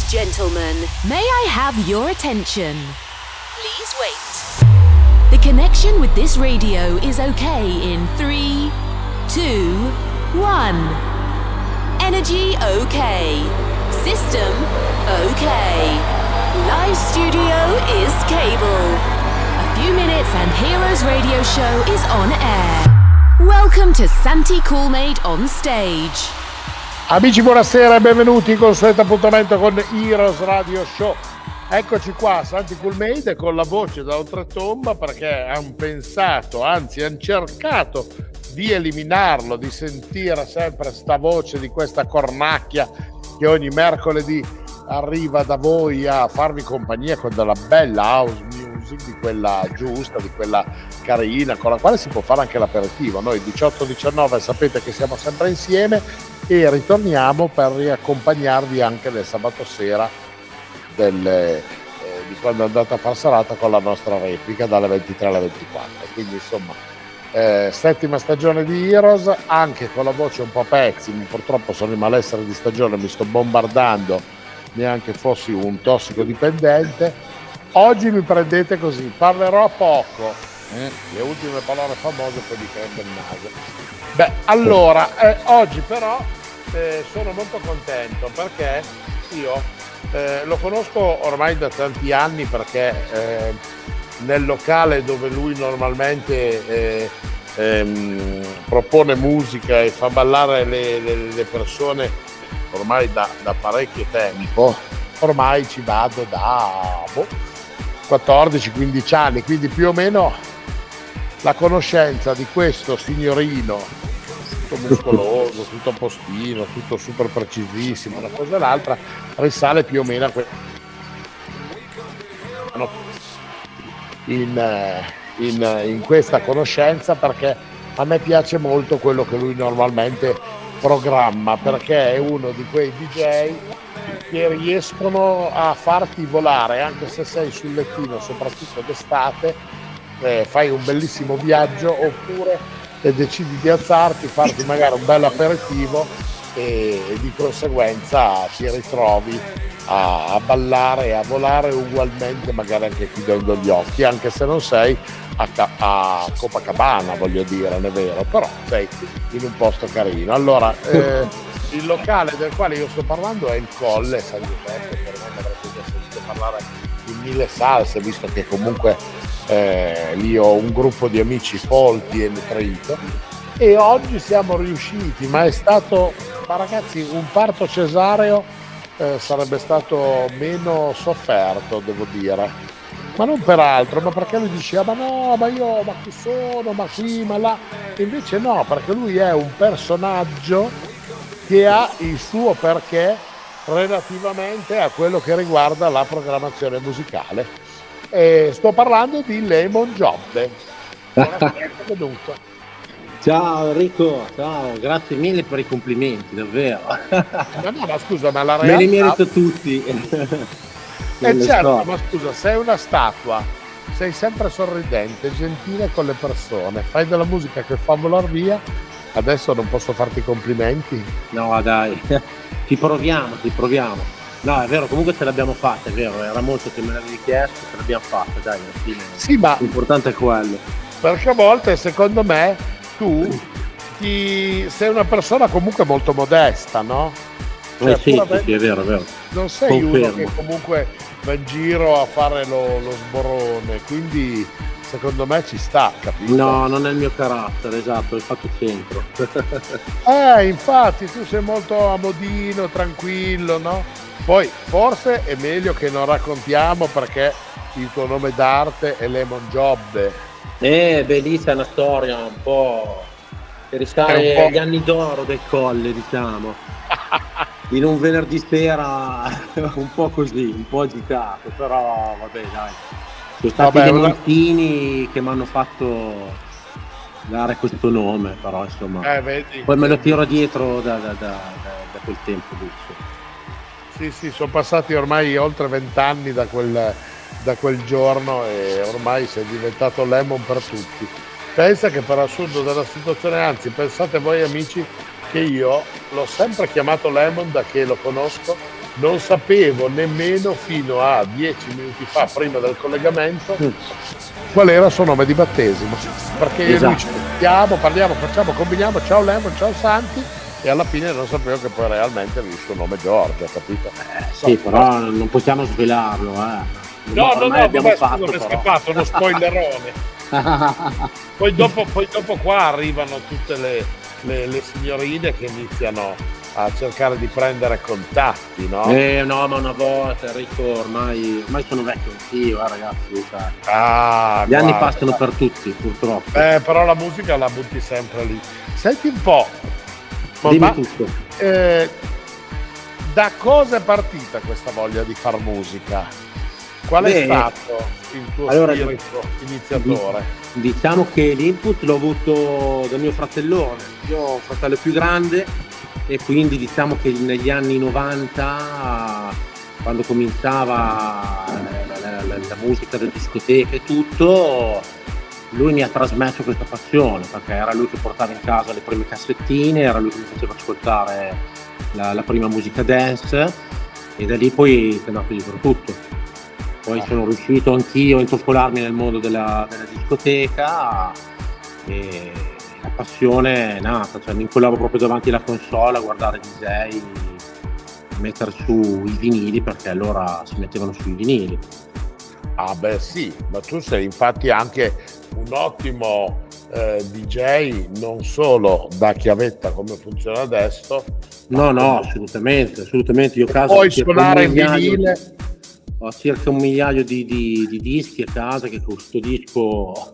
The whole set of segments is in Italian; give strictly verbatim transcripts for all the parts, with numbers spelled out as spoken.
Gentlemen, may I have your attention? Please wait. The connection with this radio is okay in three, two, one. Energy okay. System okay. Live studio is cable. A few minutes and Heroes Radio Show is on air. Welcome to Santi Coolmade on stage. Amici, buonasera e benvenuti in consueto appuntamento con Heroes Radio Show. Eccoci qua, Santi Coolmade, con la voce da oltretomba, perché hanno pensato, anzi hanno cercato di eliminarlo, di sentire sempre sta voce di questa cornacchia che ogni mercoledì arriva da voi a farvi compagnia con della bella house music, di quella giusta, di quella carina, con la quale si può fare anche l'aperitivo. Noi diciotto diciannove sapete che siamo sempre insieme e ritorniamo per riaccompagnarvi anche nel sabato sera del, eh, di quando andate a far serata con la nostra replica dalle ventitré alle ventiquattro. Quindi insomma eh, settima stagione di Heroes, anche con la voce un po' pezzi, purtroppo sono in malessere di stagione, mi sto bombardando, neanche fossi un tossicodipendente. Oggi mi prendete così, parlerò poco, eh? Le ultime parole famose poi mi prendo il naso. Beh, allora, eh, oggi però eh, sono molto contento perché io eh, lo conosco ormai da tanti anni, perché eh, nel locale dove lui normalmente eh, ehm, propone musica e fa ballare le, le, le persone ormai da, da parecchio tempo, ormai ci vado da boh, quattordici quindici anni, quindi più o meno la conoscenza di questo signorino tutto muscoloso, tutto postino, tutto super precisissimo, una cosa e l'altra, risale più o meno a que- in, in, in questa conoscenza, perché a me piace molto quello che lui normalmente programma, perché è uno di quei D J che riescono a farti volare anche se sei sul lettino, soprattutto d'estate, eh, fai un bellissimo viaggio, oppure e decidi di alzarti, farti magari un bello aperitivo e, e di conseguenza ti ritrovi a, a ballare e a volare ugualmente, magari anche chiudendo gli occhi, anche se non sei a, a Copacabana, voglio dire, non è vero, però sei in un posto carino. Allora, eh, il locale del quale io sto parlando è il Colle San Giuseppe, per me avrete già sentito parlare di mille salse, visto che comunque Eh, lì ho un gruppo di amici folti e nutrito, e oggi siamo riusciti, ma è stato, ma ragazzi, un parto cesareo eh, sarebbe stato meno sofferto, devo dire, ma non per altro, ma perché lui diceva ma no, ma io, ma chi sono, ma qui, ma là, e invece no, perché lui è un personaggio che ha il suo perché relativamente a quello che riguarda la programmazione musicale. Eh, sto parlando di Lemon Job. Benvenuto. Ciao Enrico, ciao, grazie mille per i complimenti, davvero. No, no, ma scusa, ma la realtà... Me li merito tutti. Eh certo, ma scusa, sei una statua, sei sempre sorridente, gentile con le persone, fai della musica che fa volar via, adesso non posso farti complimenti? No, dai, ci proviamo, ci proviamo. No, è vero, comunque ce l'abbiamo fatta, è vero, era molto che me l'avevi chiesto, ce l'abbiamo fatta, dai, alla fine. Sì, ma l'importante è quello. Perché a volte, secondo me, tu ti... sei una persona comunque molto modesta, no? Cioè, eh sì, sì, sì, è vero, è vero. Non sei Confermo. Uno che comunque va in giro a fare lo, lo sborone, quindi secondo me ci sta, capito? No, non è il mio carattere, esatto, è fatto centro. Eh, infatti, tu sei molto a modino, tranquillo, no? Poi forse è meglio che non raccontiamo perché il tuo nome d'arte è Lemon Job. Eh, beh, lì c'è una storia un po' che risale agli anni d'oro del Colle, diciamo. In un venerdì sera un po' così, un po' agitato, però vabbè, dai. Sono stati vabbè, dei una... montini che mi hanno fatto dare questo nome, però insomma. Eh, vedi, poi me lo vedi. tiro dietro da, da, da, da, da quel tempo lì. Sì, sì, sono passati ormai oltre vent'anni da quel, da quel giorno e ormai sei diventato Lemon per tutti. Pensa che per assurdo della situazione, anzi pensate voi amici che io l'ho sempre chiamato Lemon da che lo conosco non sapevo nemmeno fino a dieci minuti fa, prima del collegamento, mm. qual era il suo nome di battesimo, perché esatto. Noi ci mettiamo, parliamo, facciamo, combiniamo, ciao Lemon, ciao Santi, e alla fine non sapevo che poi realmente il suo nome è Giorgio, capito? Eh, sì, so, però non possiamo svelarlo, eh. No, no, no, vabbè, scusa, mi è scappato uno spoilerone. poi, dopo, poi dopo qua arrivano tutte le, le, le signorine che iniziano a cercare di prendere contatti, no? Eh no, ma una volta, Enrico, ormai, ormai sono vecchio anch'io, eh, ragazzi. Cioè. Ah, Gli guarda. Anni passano per tutti, purtroppo. Eh, però la musica la butti sempre lì. Senti un po'. Dimmi ma, tutto. Eh, da cosa è partita questa voglia di far musica? Qual Beh, è stato il tuo allora, spirito iniziatore? Diciamo che l'input l'ho avuto dal mio fratellone. Io ho un fratello più grande e quindi diciamo che negli anni novanta, quando cominciava la, la, la, la musica delle discoteche e tutto, lui mi ha trasmesso questa passione, perché era lui che portava in casa le prime cassettine, era lui che mi faceva ascoltare la, la prima musica dance, e da lì poi è andato dietro tutto. Poi sono riuscito anch'io a intoppolarmi nel mondo della, della discoteca e la passione è nata, cioè mi incollavo proprio davanti alla console a guardare D J mettere su i vinili, perché allora si mettevano sui vinili. Ah beh sì, ma tu sei infatti anche un ottimo eh, D J, non solo da chiavetta come funziona adesso. No, no, assolutamente, assolutamente. Io caso puoi suonare in vinile. Ho circa un migliaio di, di, di dischi a casa che custodisco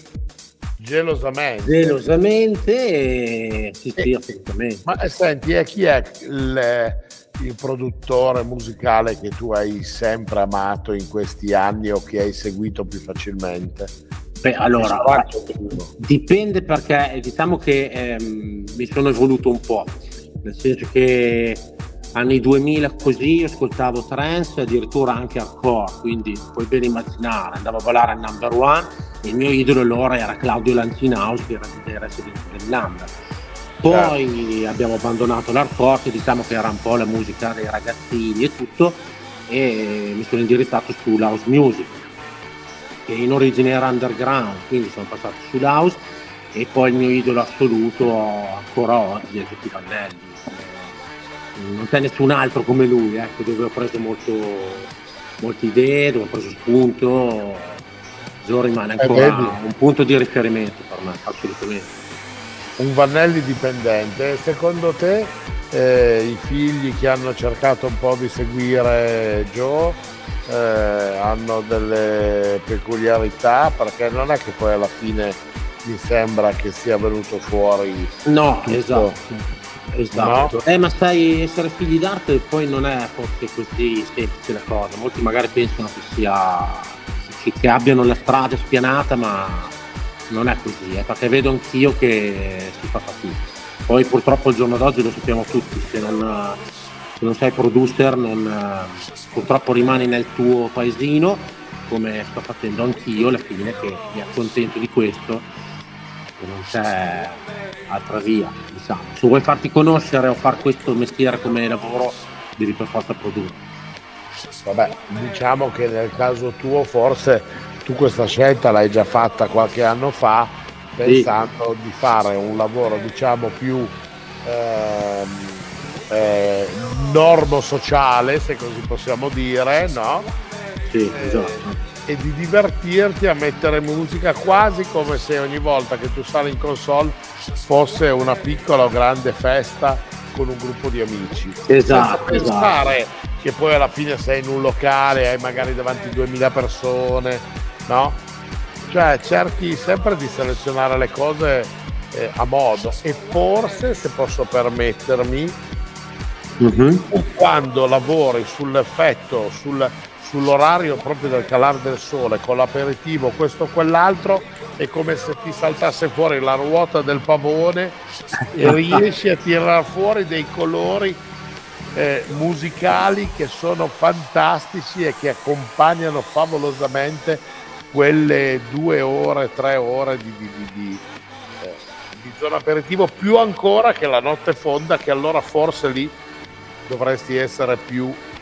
gelosamente. Gelosamente, e... sì, sì, assolutamente. Ma senti, e chi è il, il produttore musicale che tu hai sempre amato in questi anni o che hai seguito più facilmente? Beh, allora, dipende, perché diciamo che ehm, mi sono evoluto un po', nel senso che anni duemila così ascoltavo trance, addirittura anche hardcore, quindi puoi ben immaginare, andavo a ballare al number one, e il mio idolo allora era Claudio Lanzinaus, che era D J resident dell'Irlanda. Poi certo. Abbiamo abbandonato l'hardcore, che diciamo che era un po' la musica dei ragazzini e tutto, e mi sono indirizzato sull'house music, che in origine era underground, quindi sono passato sull'house, e poi il mio idolo assoluto ancora oggi è Tutti Vanelli. Non c'è nessun altro come lui, ecco, dove ho preso molto, molte idee, dove ho preso spunto. Gio rimane ancora eh, un punto di riferimento per me, assolutamente. Un Vanelli dipendente. Secondo te eh, i figli che hanno cercato un po' di seguire Joe eh, hanno delle peculiarità? Perché non è che poi alla fine mi sembra che sia venuto fuori no, tutto. Esatto. Esatto, no? eh, ma sai, essere figli d'arte poi non è forse così semplice la cosa. Molti magari pensano che sia che, che abbiano la strada spianata, ma non è così, eh, perché vedo anch'io che si fa fatica. Poi purtroppo il giorno d'oggi lo sappiamo tutti, se non, se non sei producer non, purtroppo rimani nel tuo paesino, come sto facendo anch'io alla fine, che mi accontento di questo. Non c'è altra via, diciamo. Se vuoi farti conoscere o far questo mestiere come lavoro, devi per forza produrre. Vabbè, diciamo che nel caso tuo forse tu questa scelta l'hai già fatta qualche anno fa, pensando sì. di fare un lavoro diciamo più eh, eh, normo sociale, se così possiamo dire, no? Sì, esatto. E di divertirti a mettere musica quasi come se ogni volta che tu sali in console fosse una piccola o grande festa con un gruppo di amici. Esatto, senza pensare esatto. che poi alla fine sei in un locale, hai magari davanti duemila persone, no? Cioè cerchi sempre di selezionare le cose eh, a modo, e forse, se posso permettermi, mm-hmm. quando lavori sull'effetto, sul sull'orario proprio del calare del sole, con l'aperitivo, questo o quell'altro, è come se ti saltasse fuori la ruota del pavone e riesci a tirare fuori dei colori eh, musicali che sono fantastici e che accompagnano favolosamente quelle due ore, tre ore di, di, di, di, eh, di zona aperitivo, più ancora che la notte fonda, che allora forse lì dovresti essere più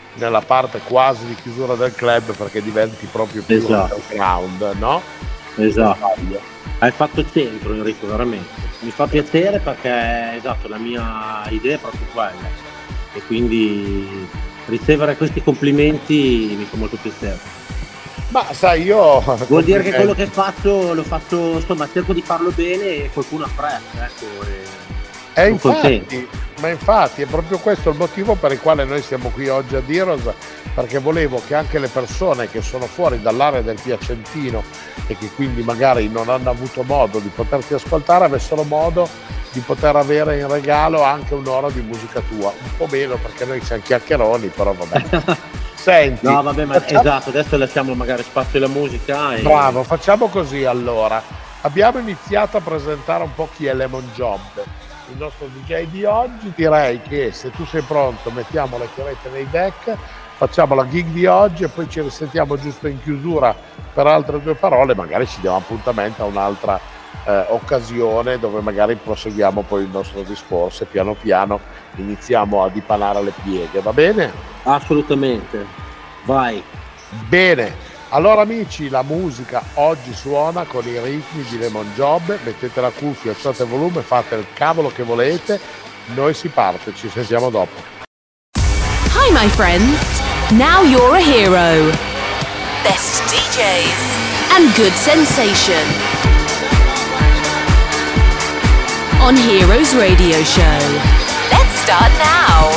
nella parte quasi di chiusura del club, perché diventi proprio più esatto. underground, no? Esatto. Hai fatto centro, Enrico, veramente. Mi fa piacere perché, esatto, la mia idea è proprio quella. E quindi ricevere questi complimenti mi fa molto piacere. Ma sai, io... Vuol dire che quello che faccio lo faccio, insomma, cerco di farlo bene e qualcuno apprezza, ecco. E, e infatti, ma infatti è proprio questo il motivo per il quale noi siamo qui oggi a Heroes, perché volevo che anche le persone che sono fuori dall'area del Piacentino e che quindi magari non hanno avuto modo di poterti ascoltare avessero modo di poter avere in regalo anche un'ora di musica tua, un po' meno perché noi siamo chiacchieroni, però vabbè. Senti, no vabbè, ma facciamo... esatto, adesso lasciamo magari spazio alla musica e... Bravo, facciamo così allora. Abbiamo iniziato a presentare un po' chi è Lemon Job, il nostro D J di oggi. Direi che se tu sei pronto mettiamo le chiavette nei deck, facciamo la gig di oggi e poi ci risentiamo giusto in chiusura per altre due parole, magari ci diamo appuntamento a un'altra eh, occasione dove magari proseguiamo poi il nostro discorso e piano piano iniziamo a dipanare le pieghe, va bene? Assolutamente, vai. Bene, allora amici, la musica oggi suona con i ritmi di Lemon Job, mettete la cuffia, alzate il volume, fate il cavolo che volete, noi si parte, ci sentiamo dopo. Hi my friends, now you're a hero. Best D Js and good sensation. On Heroes Radio Show. Let's start now.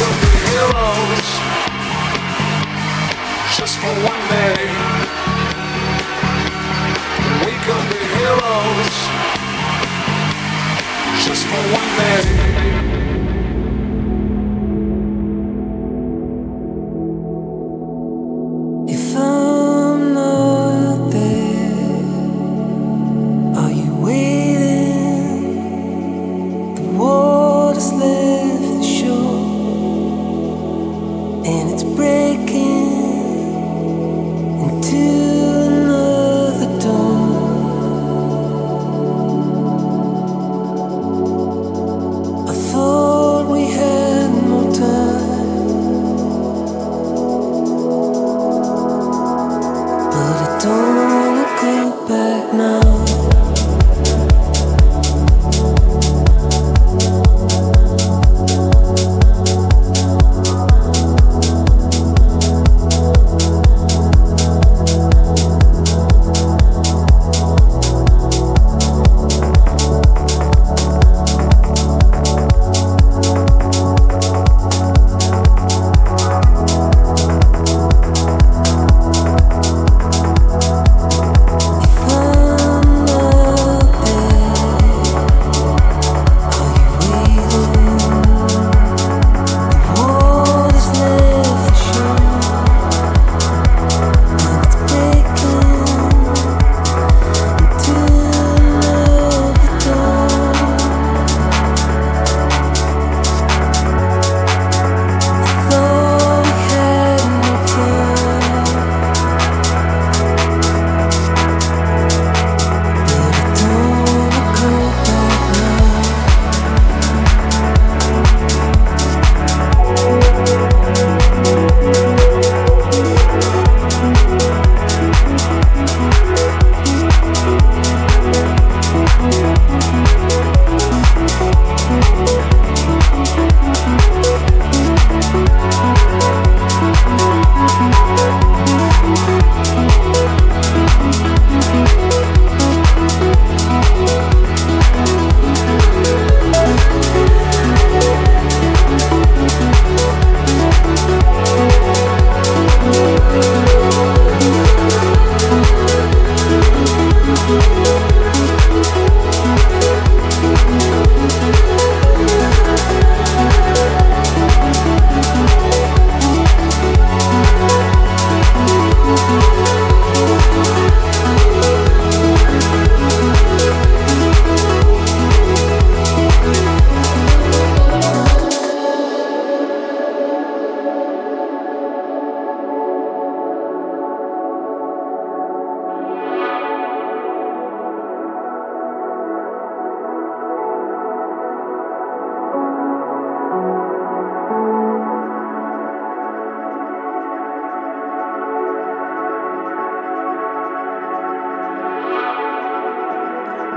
Just for one day, we could be heroes. Just for one day. If I'm not there, are you waiting? The water's left the shore.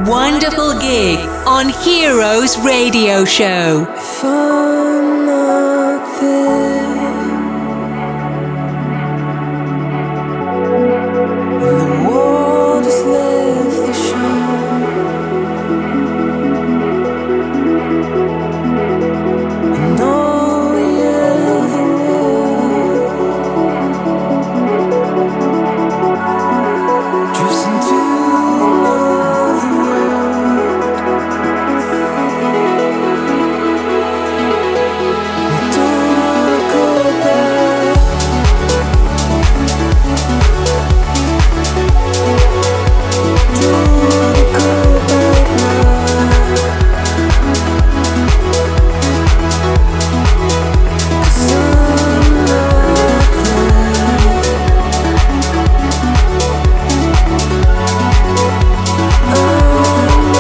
Wonderful gig on Heroes Radio Show. If I'm not there, when the world has left the shore, and all we ever were drifts into another world. We don't go back. Don't go back now. 'Cause I'm not there. I'm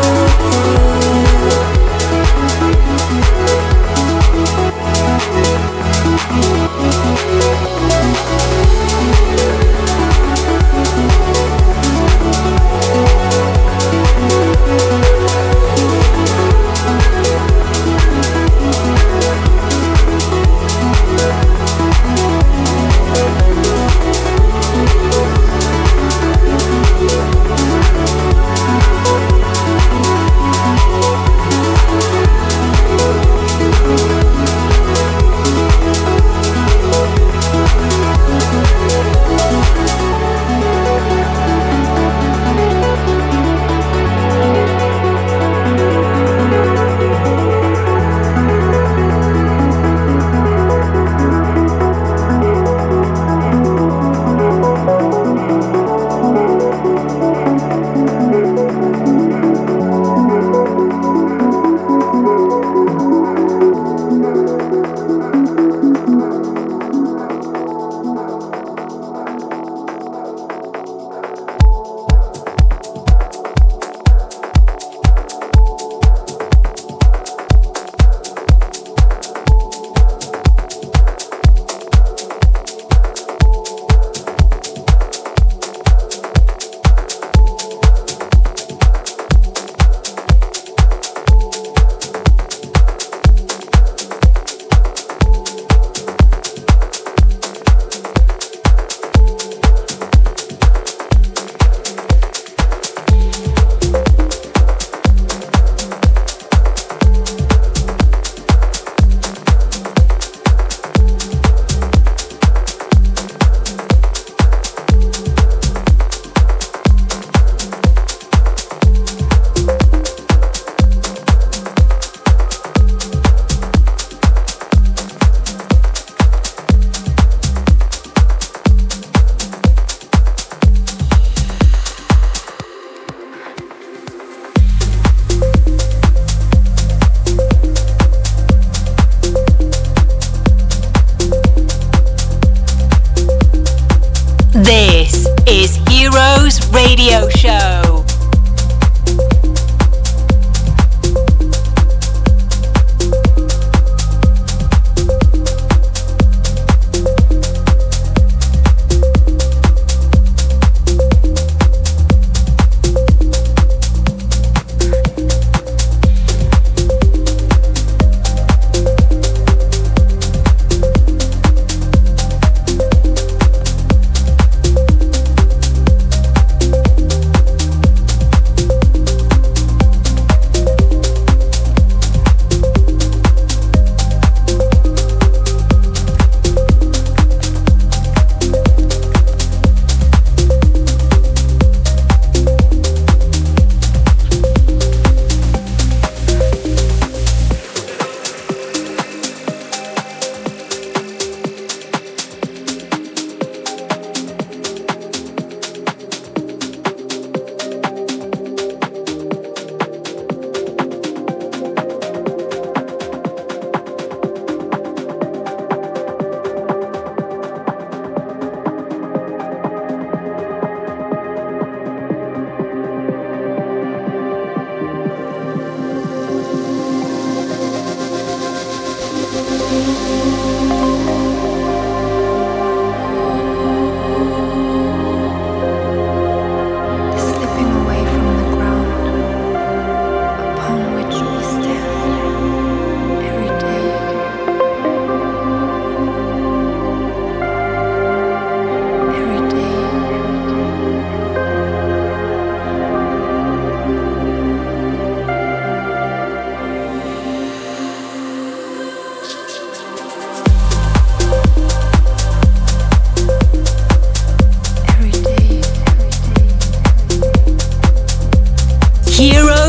This is Heroes Radio Show.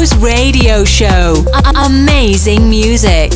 Heroes Radio Show. A- amazing music.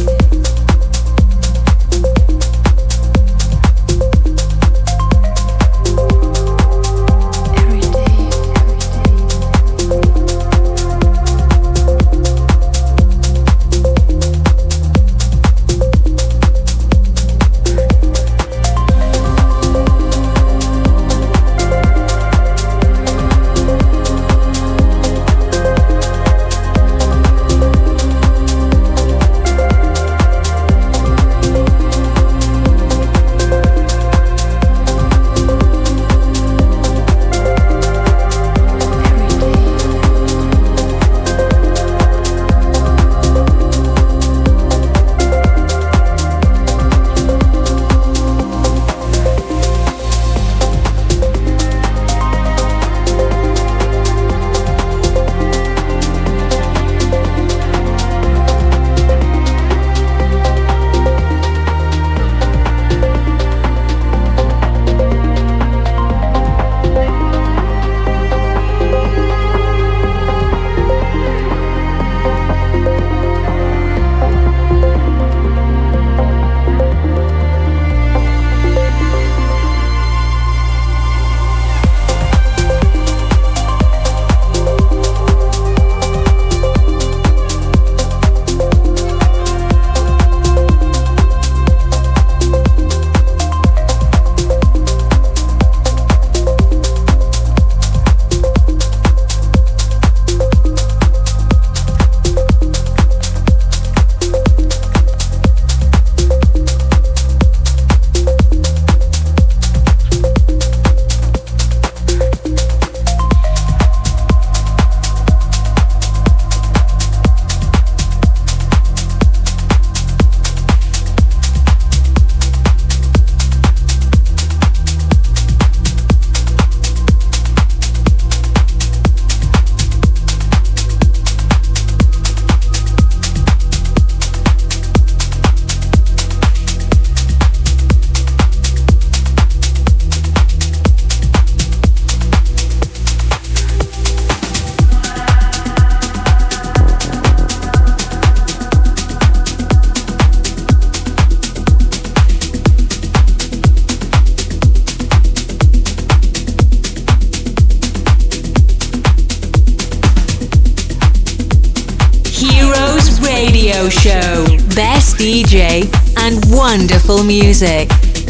Show, best D J and wonderful music.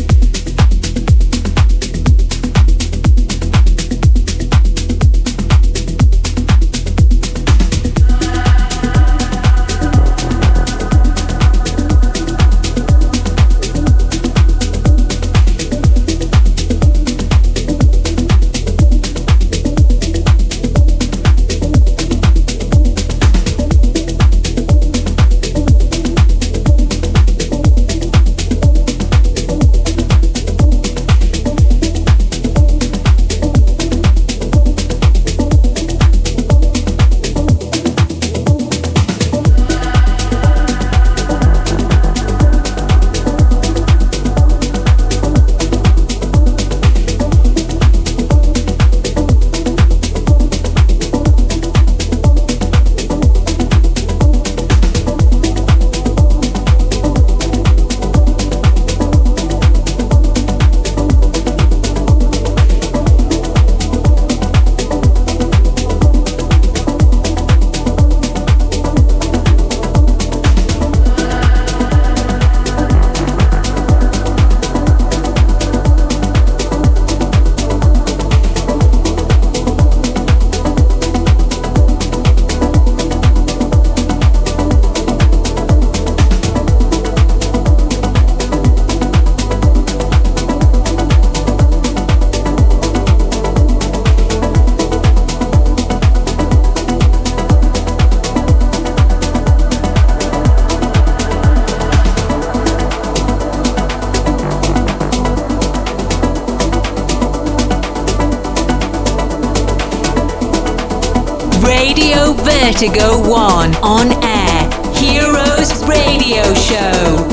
Radio Vertigo One on air. Heroes Radio Show.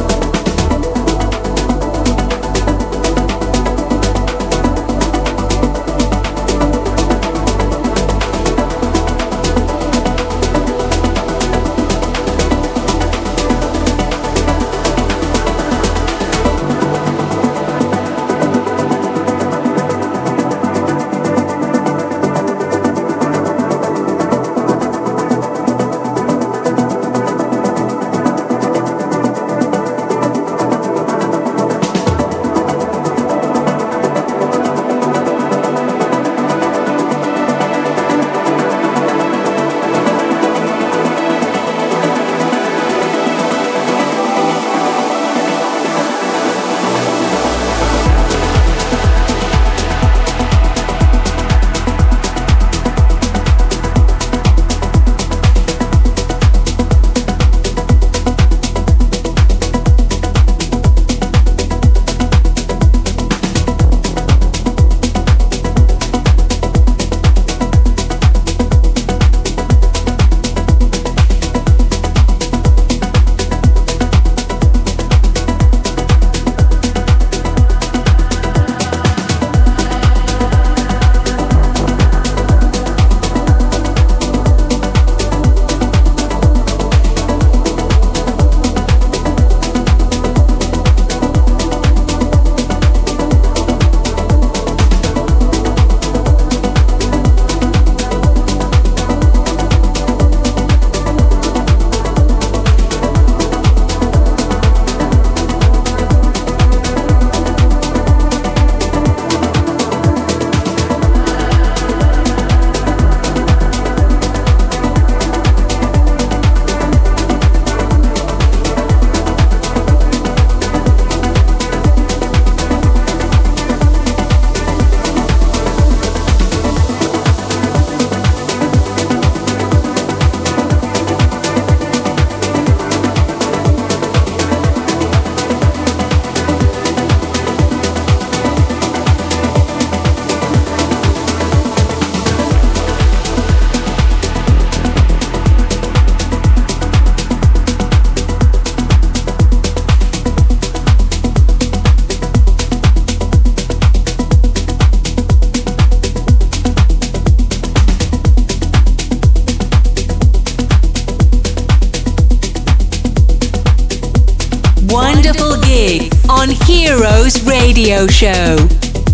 Heroes Radio Show.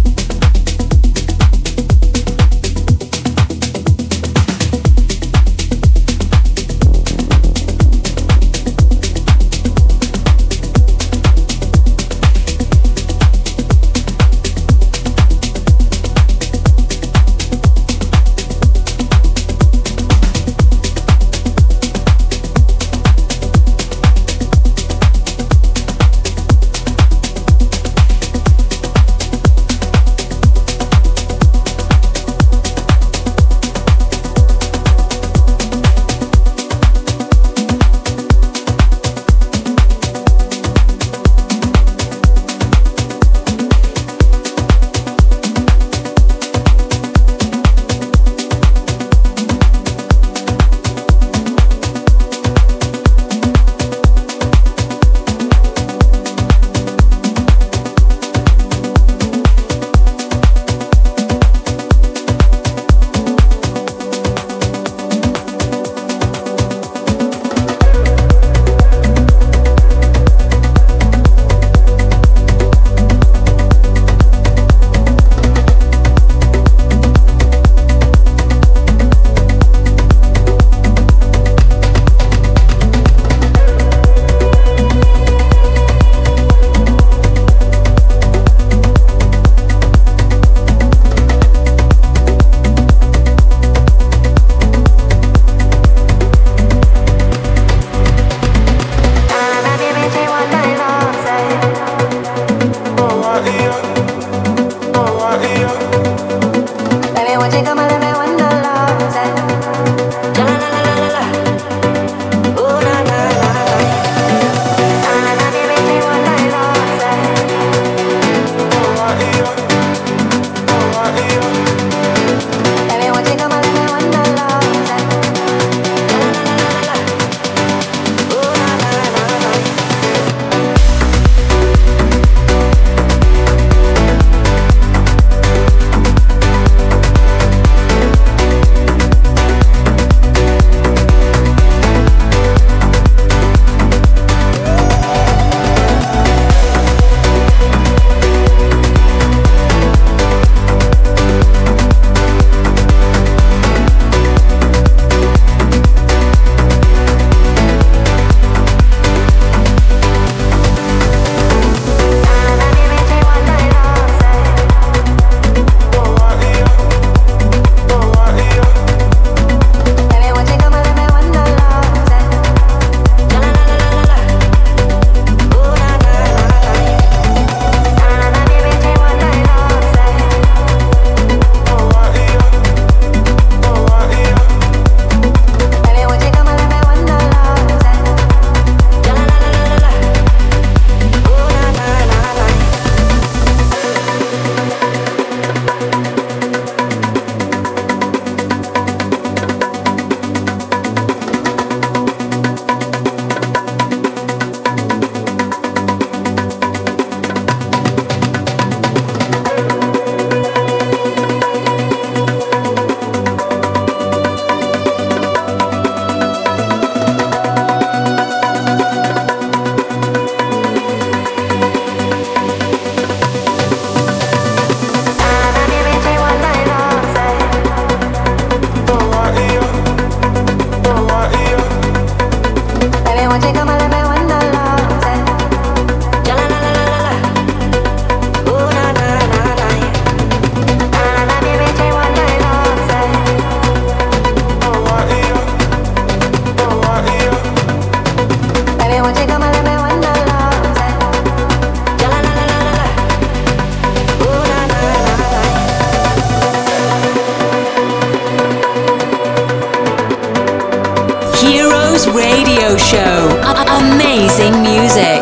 Radio Show. Amazing music.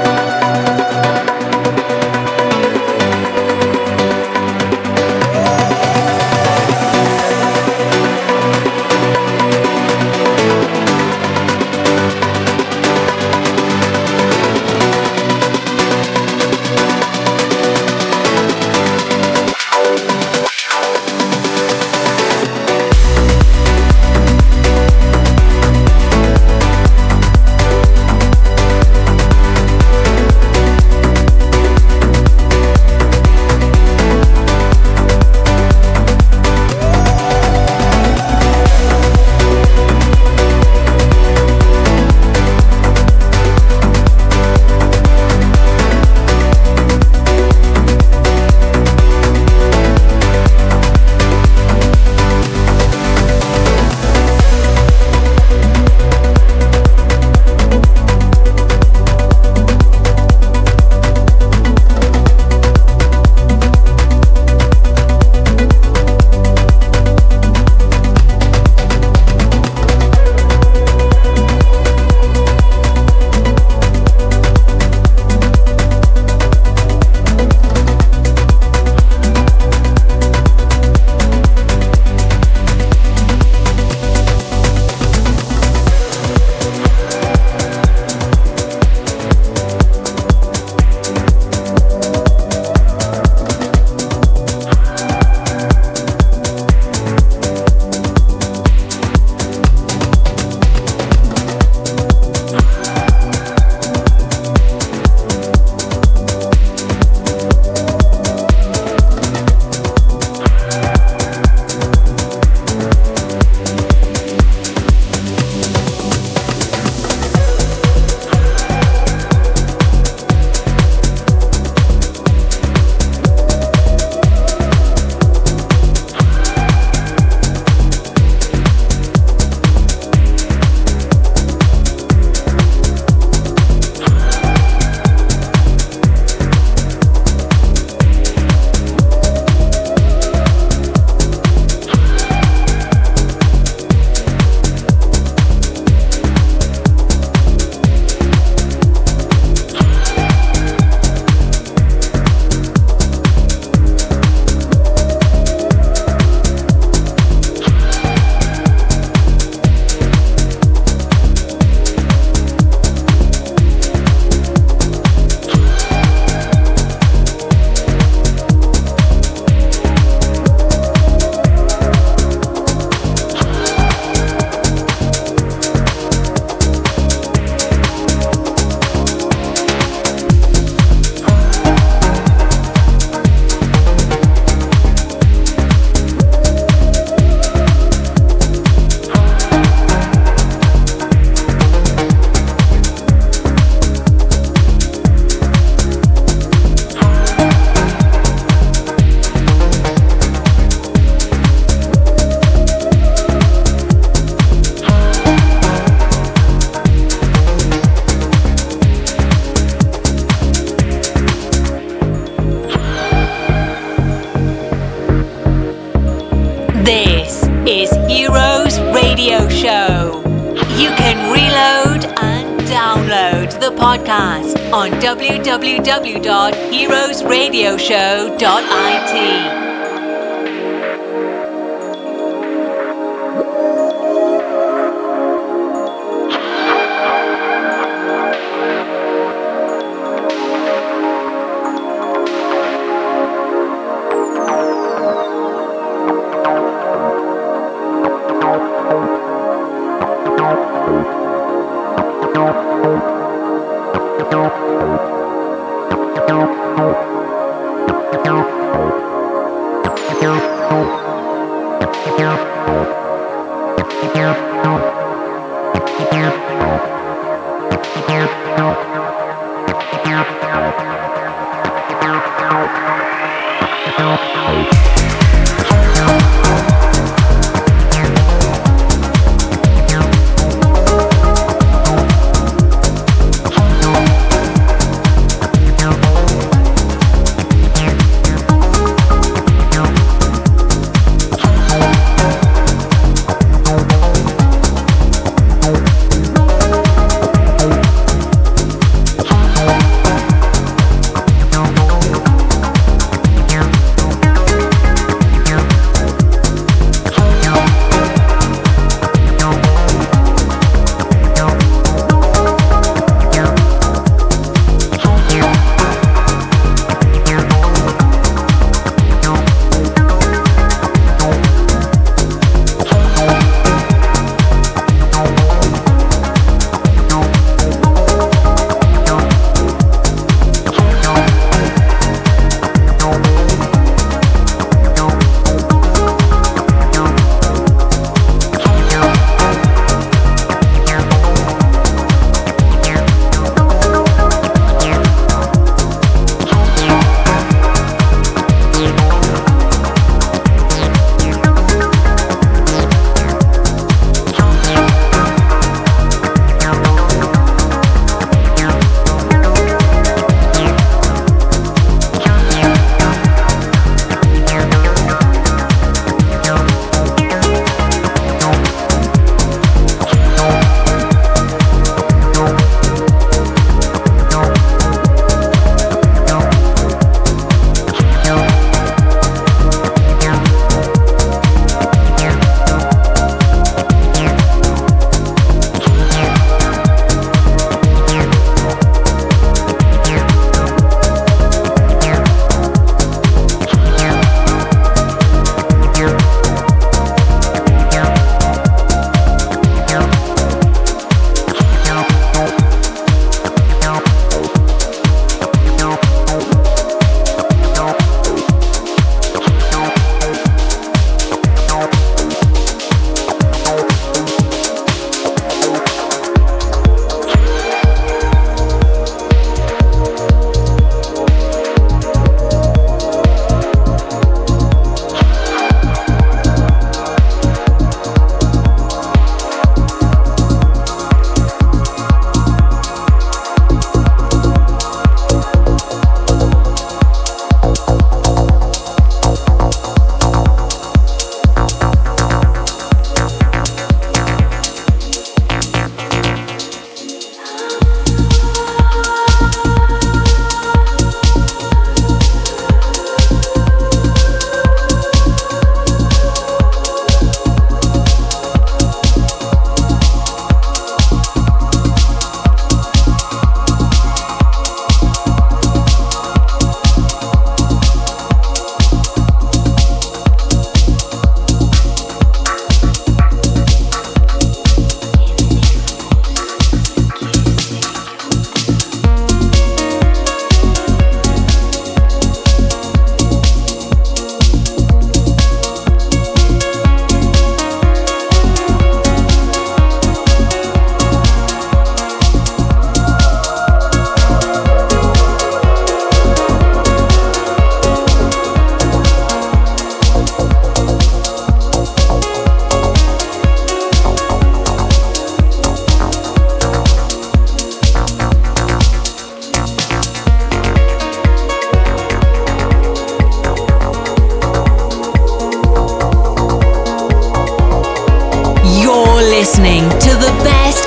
download the podcast on w w w dot heroes radio show dot i t.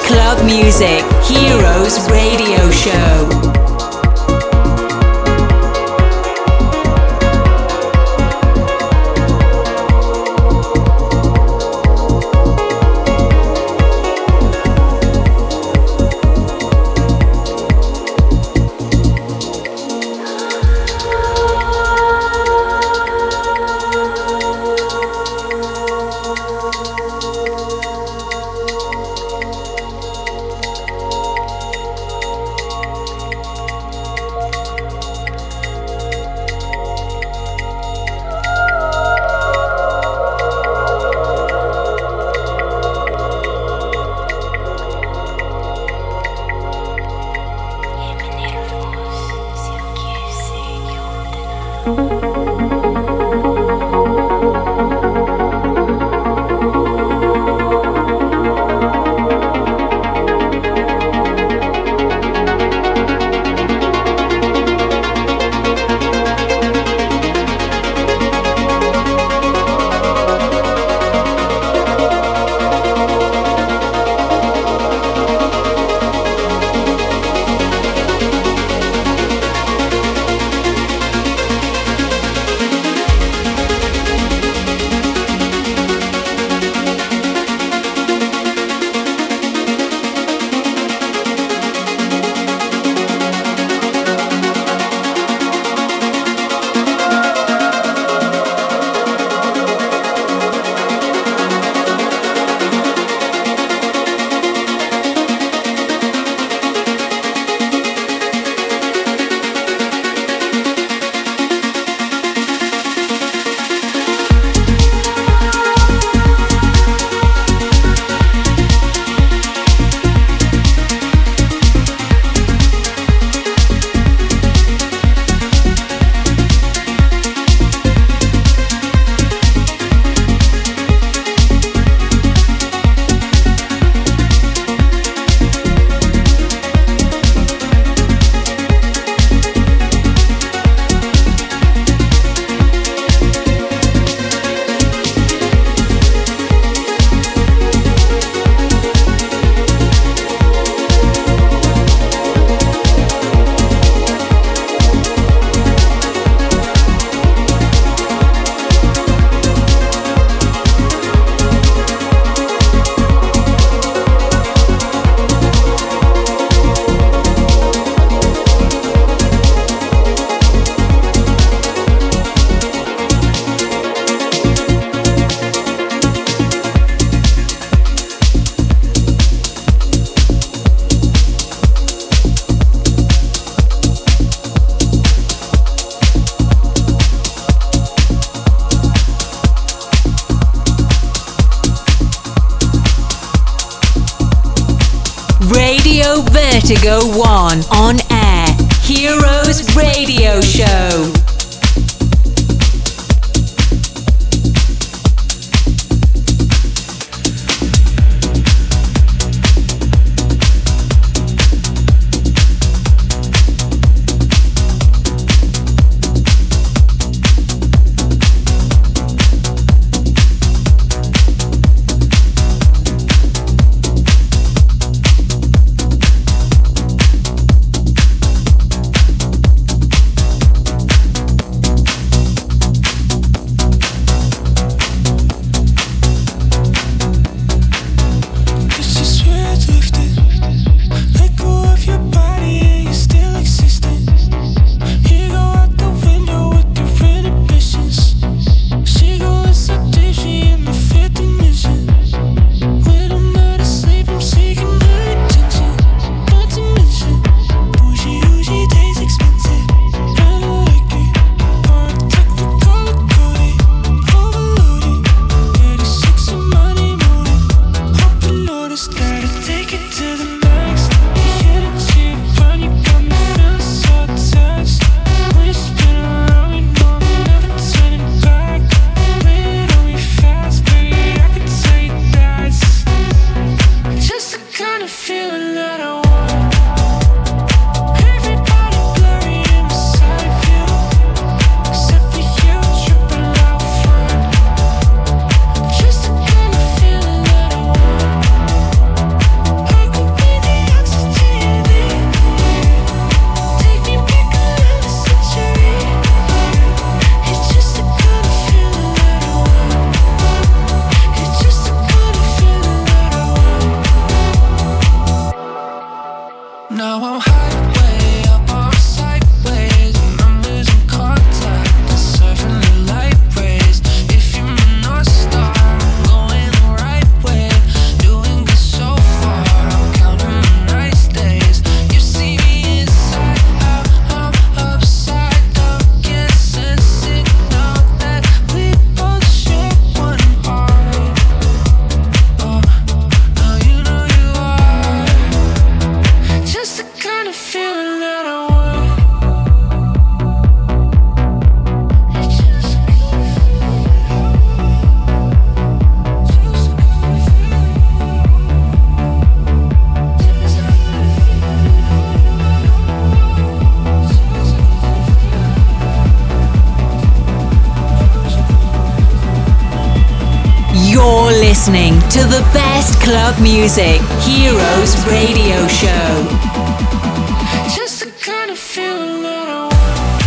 Club Music Heroes Radio Show. Vertigo One on air. Heroes Radio Show. listening to the best club music, Heroes Radio Show. Just the kind of feeling that I want.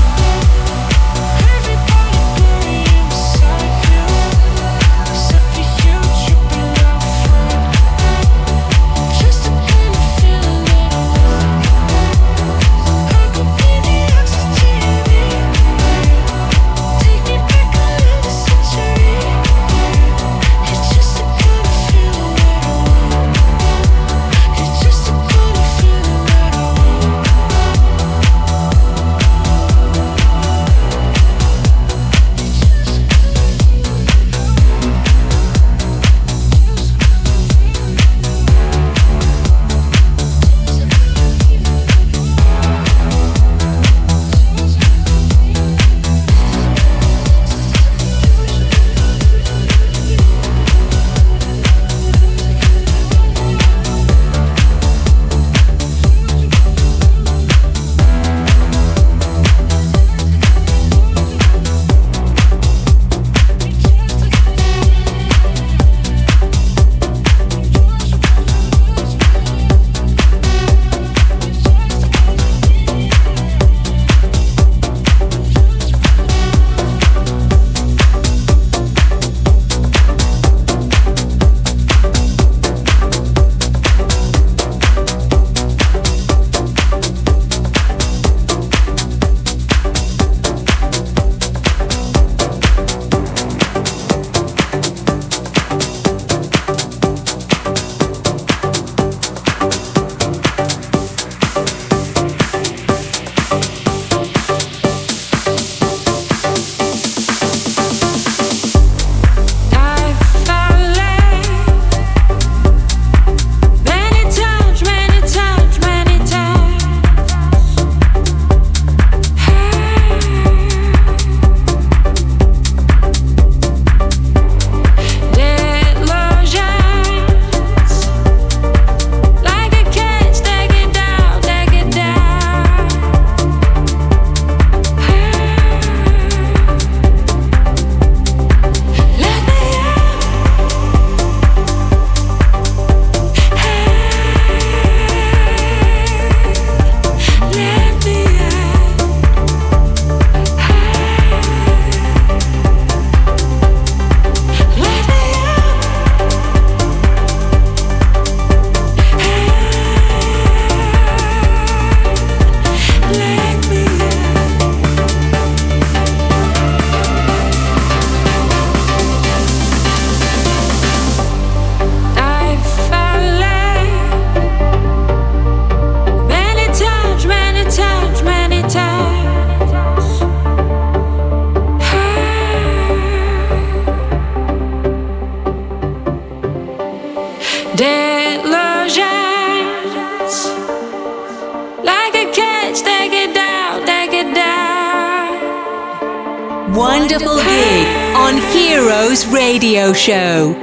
Wonderful gig on Heroes Radio Show.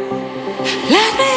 Let me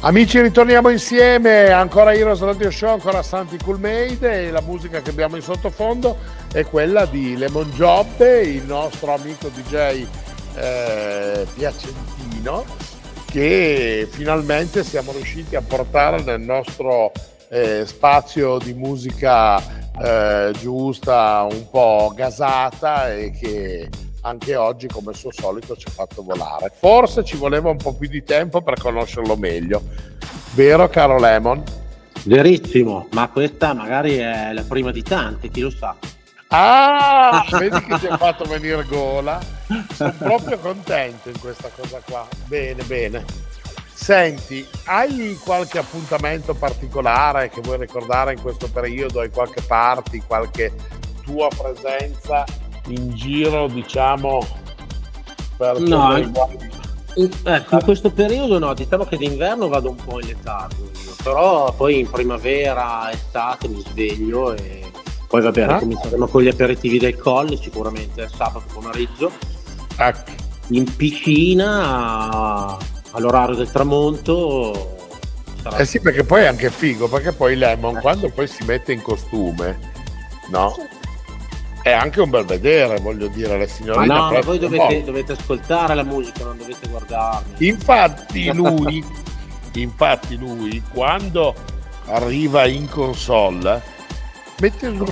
Amici, ritorniamo insieme, ancora Heroes Radio Show, ancora Santi Coolmade, e la musica che abbiamo in sottofondo è quella di Lemon Job, il nostro amico D J eh, piacentino, che finalmente siamo riusciti a portare nel nostro eh, spazio di musica eh, giusta, un po' gasata, e che anche oggi, come al suo solito, ci ha fatto volare. Forse ci voleva un po' più di tempo per conoscerlo meglio. Vero, caro Lemon? Verissimo, ma questa magari è la prima di tante, chi lo sa. Ah, vedi che ti ha fatto venire gola? Sono proprio contento in questa cosa qua. Bene, bene. Senti, hai qualche appuntamento particolare che vuoi ricordare in questo periodo? Hai qualche party, qualche tua presenza in giro, diciamo, per no, in, in, ecco, in questo periodo no, diciamo che d'inverno vado un po' in letargo io, però poi in primavera, estate mi sveglio e poi va bene, ah? cominceremo con gli aperitivi del Colle, sicuramente sabato pomeriggio, ecco. in piscina all'orario del tramonto. Sarà... Eh sì, perché poi è anche figo, perché poi Lemon, eh, quando sì. poi si mette in costume, no? Sì. È anche un bel vedere, voglio dire, le signorine. Ma no, ma voi dovete, dovete ascoltare la musica, non dovete guardarla. Infatti lui, infatti lui, quando arriva in console, mette il...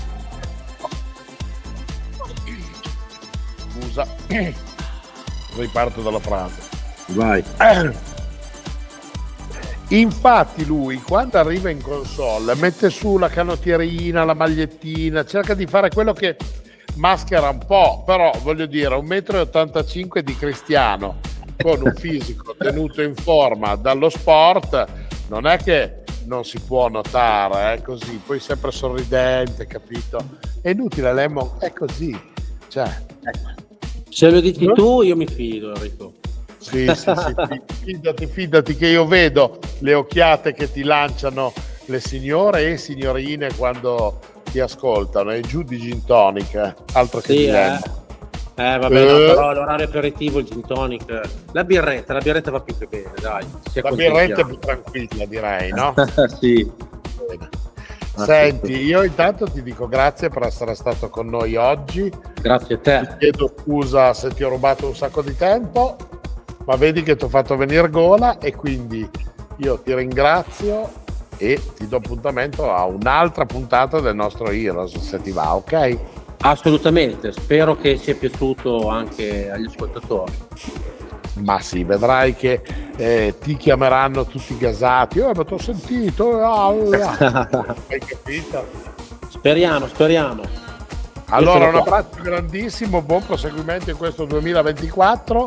Scusa, riparto dalla frase. Vai. Infatti lui, quando arriva in console, mette su la canottierina, la magliettina, cerca di fare quello che maschera un po', però voglio dire, un metro e ottantacinque di Cristiano con un fisico tenuto in forma dallo sport, non è che non si può notare, è così, poi sempre sorridente, capito? È inutile, Lemon, è così, cioè. Se lo dici no? tu, io mi fido, Enrico. Sì, sì, sì, fidati, fidati che io vedo le occhiate che ti lanciano le signore e signorine quando ti ascoltano, e giù di gin tonic, altro che sì, dilemma. Eh, eh vabbè, eh. No, però l'orario aperitivo, il gin tonic, la birretta, la birretta va più che bene, dai. La birretta è più tranquilla, direi, no? Sì. Bene. Senti, io intanto ti dico grazie per essere stato con noi oggi. Grazie a te. Ti chiedo scusa se ti ho rubato un sacco di tempo, ma vedi che ti ho fatto venire gola, e quindi io ti ringrazio e ti do appuntamento a un'altra puntata del nostro Heroes, se ti va, ok? Assolutamente, spero che sia piaciuto anche agli ascoltatori. Ma sì, vedrai che eh, ti chiameranno tutti gasati. Oh, ma ti ho sentito, ah, ah. Hai capito? Speriamo, speriamo. Allora un abbraccio grandissimo, buon proseguimento in questo duemilaventiquattro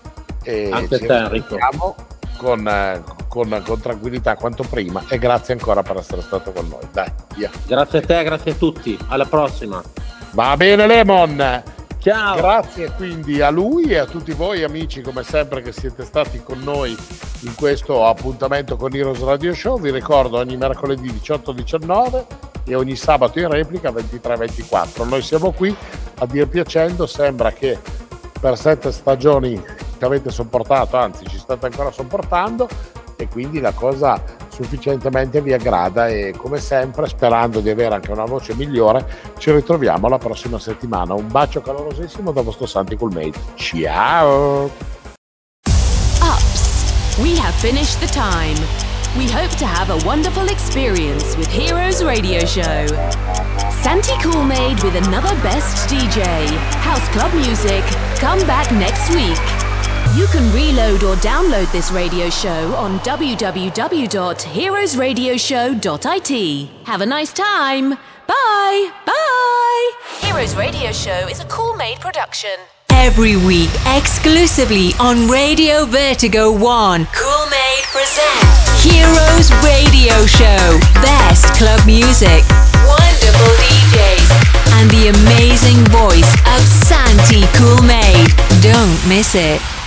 e anche ci te, Enrico, con, eh, con, con tranquillità quanto prima, e grazie ancora per essere stato con noi. Dai, via. Grazie a te, grazie a tutti, alla prossima. Va bene, Lemon. Ciao. Grazie quindi a lui e a tutti voi amici, come sempre, che siete stati con noi in questo appuntamento con Heroes Radio Show. Vi ricordo ogni mercoledì diciotto diciannove e ogni sabato in replica ventitré ventiquattro. Noi siamo qui a dir piacendo, sembra che per sette stagioni che avete sopportato, anzi ci state ancora sopportando, e quindi la cosa sufficientemente vi aggrada, e come sempre, sperando di avere anche una voce migliore, ci ritroviamo la prossima settimana. Un bacio calorosissimo da vostro Santi Coolmade. Ciao! Ups, we have finished the time. We hope to have a wonderful experience with Heroes Radio Show. Santi Coolmade with another best D J. House club music. Come back next week. You can reload or download this radio show on w w w dot heroes radio show dot i t. Have a nice time. Bye. Bye. Heroes Radio Show is a Coolmade production. Every week, exclusively on Radio Vertigo One, Coolmade presents Heroes Radio Show. Best club music, wonderful D Js, and the amazing voice of Santi Coolmade. Don't miss it.